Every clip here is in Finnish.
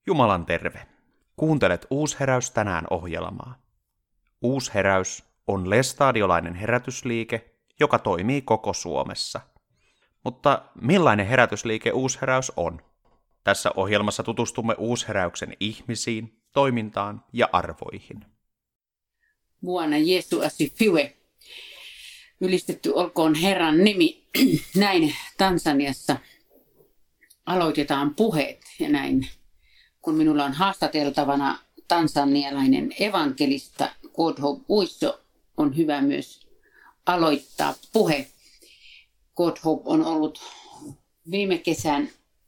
Jumalan terve. Kuuntelet Uusheräys tänään -ohjelmaa. Uusheräys on lestadiolainen herätysliike, joka toimii koko Suomessa. Mutta millainen herätysliike Uusheräys on? Tässä ohjelmassa tutustumme Uusheräyksen ihmisiin, toimintaan ja arvoihin. Vuonna Jeesu asifiwe. Ylistetty olkoon Herran nimi. Näin Tansaniassa aloitetaan puheet ja näin. Kun minulla on haastateltavana tansanialainen evankelista Godhope Uisso, on hyvä myös aloittaa puhe. Godhope on ollut viime kesän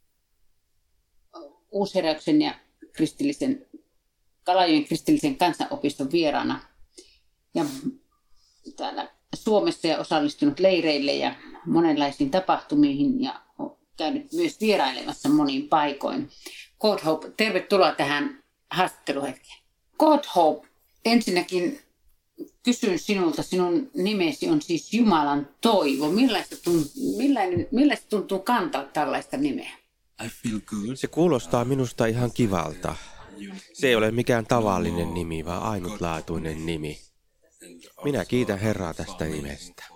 Uusheräyksen ja Kalajoen kristillisen kansanopiston vieraana ja täällä Suomessa ja osallistunut leireille ja monenlaisiin tapahtumiin ja on käynyt myös vierailemassa moniin paikoin. Godhope, tervetuloa tähän haastatteluhetkeen. Godhope, ensinnäkin kysyn sinulta, sinun nimesi on siis Jumalan toivo. Millaista tuntuu kantaa tällaista nimeä? Se kuulostaa minusta ihan kivalta. Se ei ole mikään tavallinen nimi, vaan ainutlaatuinen nimi. Minä kiitän Herraa tästä nimestä.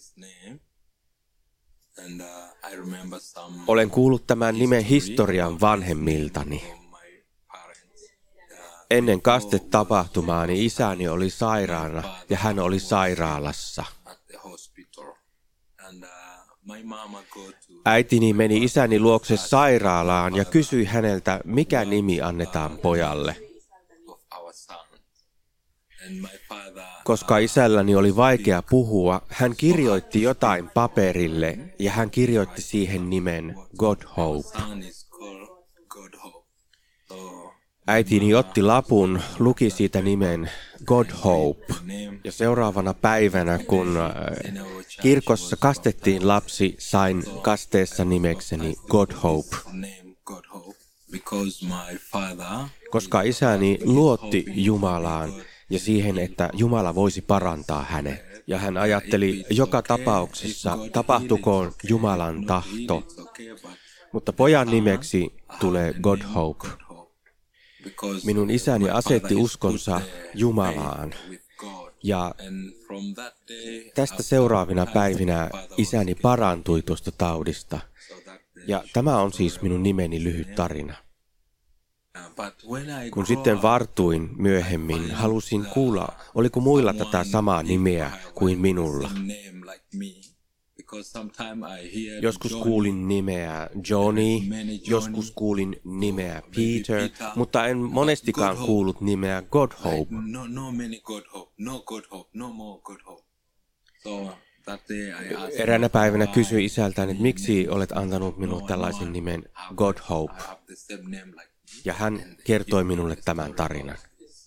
Olen kuullut tämän nimen historian vanhemmiltani. Ennen kastetapahtumaani isäni oli sairaana ja hän oli sairaalassa. Äitini meni isäni luokse sairaalaan ja kysyi häneltä, mikä nimi annetaan pojalle. Koska isälläni oli vaikea puhua, hän kirjoitti jotain paperille ja hän kirjoitti siihen nimen Godhope. Äitini otti lapun, luki siitä nimen Godhope ja seuraavana päivänä, kun kirkossa kastettiin lapsi, sain kasteessa nimekseni Godhope. Koska isäni luotti Jumalaan ja siihen, että Jumala voisi parantaa hänet. Ja hän ajatteli joka tapauksessa, tapahtukoon Jumalan tahto. Mutta pojan nimeksi tulee Godhope. Minun isäni asetti uskonsa Jumalaan. Ja tästä seuraavina päivinä isäni parantui tuosta taudista. Ja tämä on siis minun nimeni lyhyt tarina. Kun sitten vartuin myöhemmin, halusin kuulla, oliko muilla tätä samaa nimeä kuin minulla. Joskus kuulin nimeä Johnny, joskus kuulin nimeä Peter, mutta en monestikaan kuullut nimeä Godhope. Eräänä päivänä kysyin isältäni, että miksi olet antanut minulle tällaisen nimen Godhope. Ja hän kertoi minulle tämän tarinan.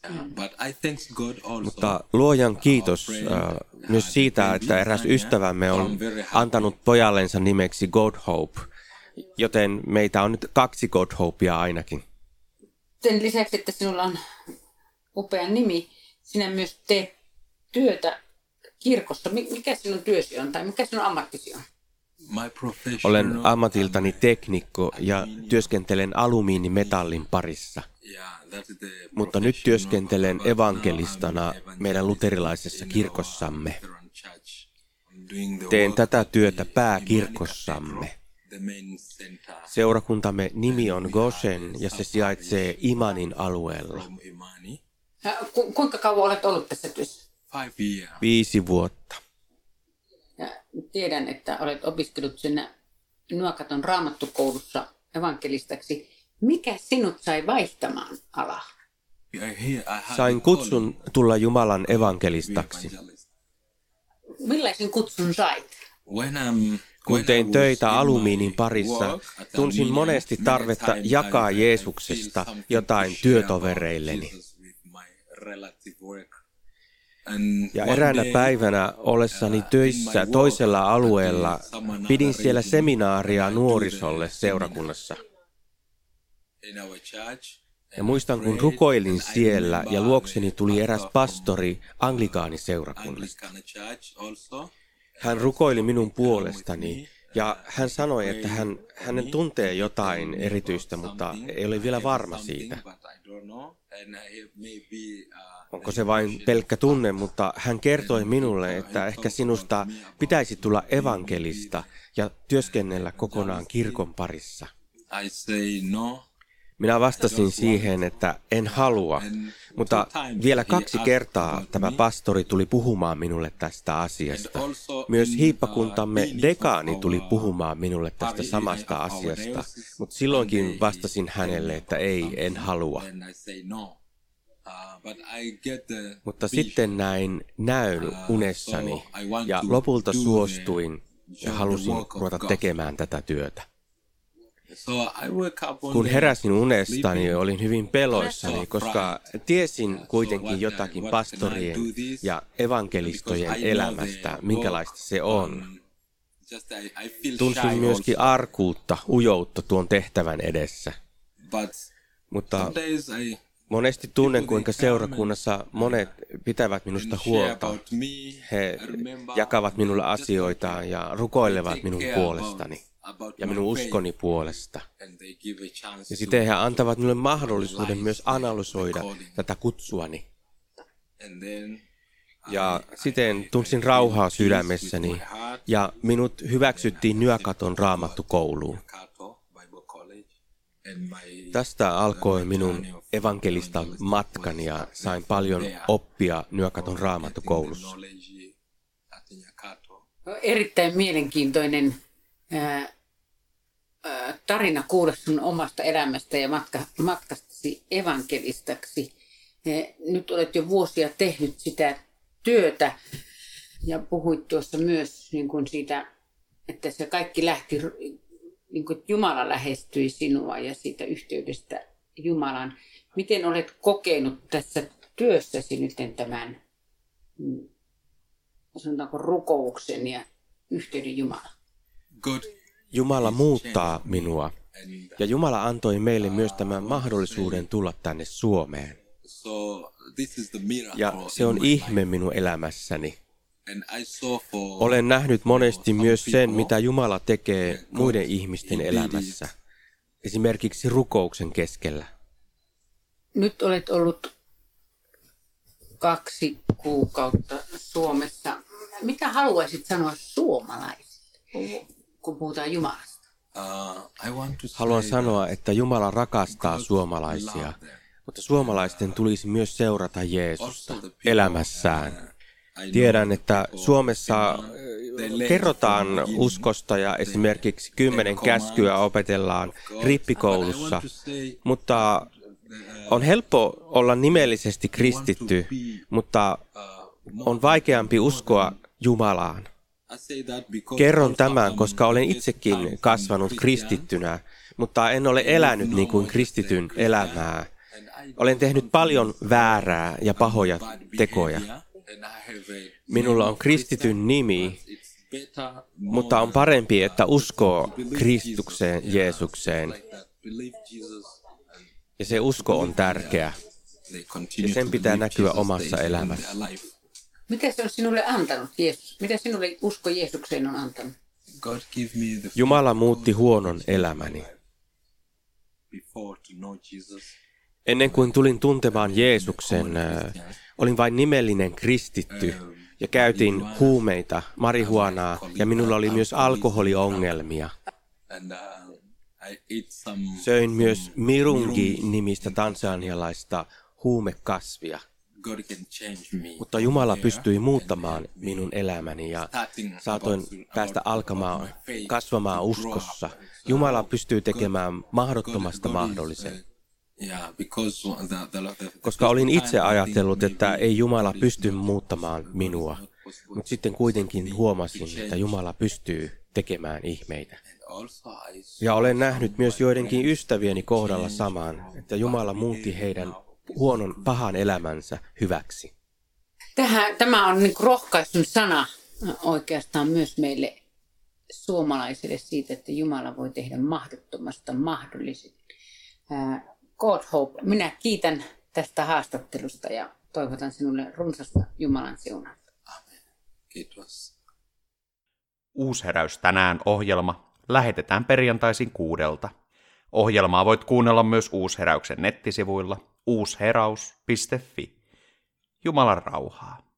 Mutta Luojan kiitos myös siitä, että eräs ystävämme on antanut pojallensa nimeksi Godhope, joten meitä on nyt 2 Godhopea ainakin. Sen lisäksi, että sinulla on upea nimi, sinä myös teet työtä kirkossa. Mikä sinun työsi on tai mikä sinun ammattisi on? Olen ammatiltani teknikko ja työskentelen alumiinimetallin parissa. Mutta nyt työskentelen evankelistana meidän luterilaisessa kirkossamme. Teen tätä työtä pääkirkossamme. Seurakuntamme nimi on Goshen ja se sijaitsee Imanin alueella. Kuinka kauan olet ollut tässä työssä? 5 vuotta. Ja tiedän, että olet opiskellut sen Nuokaton raamattukoulussa evankelistaksi. Mikä sinut sai vaihtamaan alaa? Sain kutsun tulla Jumalan evankelistaksi. Millaisen kutsun sait? Kun tein töitä alumiinin parissa, tunsin monesti tarvetta jakaa Jeesuksesta jotain työtovereilleni. Ja eräänä päivänä ollessani töissä toisella alueella pidin siellä seminaaria nuorisolle seurakunnassa. Ja muistan, kun rukoilin siellä ja luokseni tuli eräs pastori anglikaaniseurakunnasta. Hän rukoili minun puolestani Ja hän sanoi, että hänen tuntee jotain erityistä, mutta ei ole vielä varma siitä. Onko se vain pelkkä tunne, mutta hän kertoi minulle, että ehkä sinusta pitäisi tulla evankelista ja työskennellä kokonaan kirkon parissa. Minä vastasin siihen, että en halua, mutta vielä 2 kertaa tämä pastori tuli puhumaan minulle tästä asiasta. Myös hiippakuntamme dekaani tuli puhumaan minulle tästä samasta asiasta, mutta silloinkin vastasin hänelle, että en halua. Mutta sitten näin näyn unessani ja lopulta suostuin ja halusin ruveta tekemään tätä työtä. Kun heräsin unestani, olin hyvin peloissani, koska tiesin kuitenkin jotakin pastorien ja evankelistojen elämästä, minkälaista se on. Tunsin myöskin arkuutta, ujoutta tuon tehtävän edessä. Mutta monesti tunnen, kuinka seurakunnassa monet pitävät minusta huolta. He jakavat minulle asioita ja rukoilevat minun puolestani ja minun uskoni puolesta. Ja sitten he antavat minulle mahdollisuuden myös analysoida tätä kutsuani. Ja siten tunsin rauhaa sydämessäni ja minut hyväksyttiin Nyakaton raamattukouluun. Tästä alkoi minun evankelista matkani ja sain paljon oppia Nyakaton raamattukoulussa. Erittäin mielenkiintoinen tarina kuulla sun omasta elämästä ja matkastasi evankelistaksi. Nyt olet jo vuosia tehnyt sitä työtä ja puhuit tuossa myös niin kuin siitä, että se kaikki lähti, niin kuin Jumala lähestyi sinua ja siitä yhteydestä Jumalan. Miten olet kokenut tässä työssäsi nyt tämän, sanotaanko, rukouksen ja yhteyden Jumalaan? Jumala muuttaa minua ja Jumala antoi meille myös tämän mahdollisuuden tulla tänne Suomeen. Ja se on ihme minun elämässäni. Olen nähnyt monesti myös sen, mitä Jumala tekee muiden ihmisten elämässä, esimerkiksi rukouksen keskellä. Nyt olet ollut 2 kuukautta Suomessa. Mitä haluaisit sanoa suomalaisille, kun puhutaan Jumalasta? Haluan sanoa, että Jumala rakastaa suomalaisia, mutta suomalaisten tulisi myös seurata Jeesusta elämässään. Tiedän, että Suomessa kerrotaan uskosta ja esimerkiksi 10 käskyä opetellaan rippikoulussa, mutta on helppo olla nimellisesti kristitty, mutta on vaikeampi uskoa Jumalaan. Kerron tämän, koska olen itsekin kasvanut kristittynä, mutta en ole elänyt niin kuin kristityn elämää. Olen tehnyt paljon väärää ja pahoja tekoja. Minulla on kristityn nimi, mutta on parempi, että uskoo Kristukseen, Jeesukseen. Ja se usko on tärkeä. Ja sen pitää näkyä omassa elämässä. Mitä se on sinulle antanut, Jeesus? Mitä sinulle usko Jeesukseen on antanut? Jumala muutti huonon elämäni. Ennen kuin tulin tuntemaan Jeesuksen, olin vain nimellinen kristitty ja käytin huumeita, marihuanaa ja minulla oli myös alkoholiongelmia. Söin myös mirungi-nimistä tansanialaista huumekasvia. Mutta Jumala pystyi muuttamaan minun elämäni ja saatoin päästä kasvamaan uskossa. Jumala pystyy tekemään mahdottomasta mahdollisen. Koska olin itse ajatellut, että ei Jumala pysty muuttamaan minua, mutta sitten kuitenkin huomasin, että Jumala pystyy tekemään ihmeitä. Ja olen nähnyt myös joidenkin ystävieni kohdalla saman, että Jumala muutti heidän pahan elämänsä hyväksi. Tämä on niin rohkaisun sana oikeastaan myös meille suomalaisille siitä, että Jumala voi tehdä mahdottomasta mahdollisen. God Hope, minä kiitän tästä haastattelusta ja toivotan sinulle runsasta Jumalan siunausta. Amen. Kiitos. Uusheräys tänään -ohjelma lähetetään perjantaisin 6. Ohjelmaa voit kuunnella myös Uusheräyksen nettisivuilla uusheraus.fi. Jumalan rauhaa.